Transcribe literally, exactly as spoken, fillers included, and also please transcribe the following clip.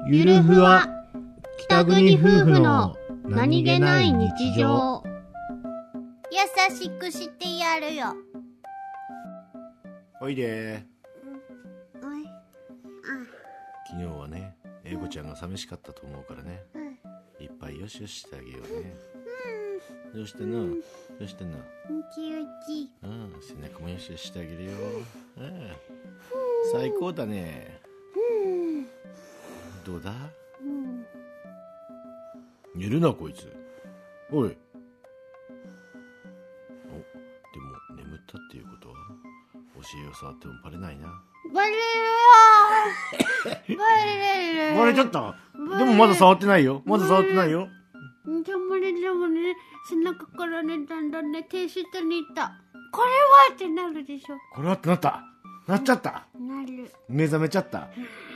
ゆるふわ北国夫婦の何気ない日常。 優しくしてやるよ。 おいでうん、おい、 昨日はね、英子ちゃんが寂しかったと思うからね、 うん、 いっぱいよしよししてあげようね。どうしてんの、どうしてんの。 うちうち。 うん、背中もよしよししてあげるよ。うん、最高だね。どうだ、 うん、 寝るなこいつ。おい。お、でも眠ったっていうことはお尻を触ってもバレないな。 バレるよバレるバレちゃった。でもまだ触ってないよ。まだ触ってないよ。 でもね、でもね、背中からね、だんだんね、手下にいった。これはってなるでしょ。 これはってなった。なっちゃった。 なる。 目覚めちゃった。 うん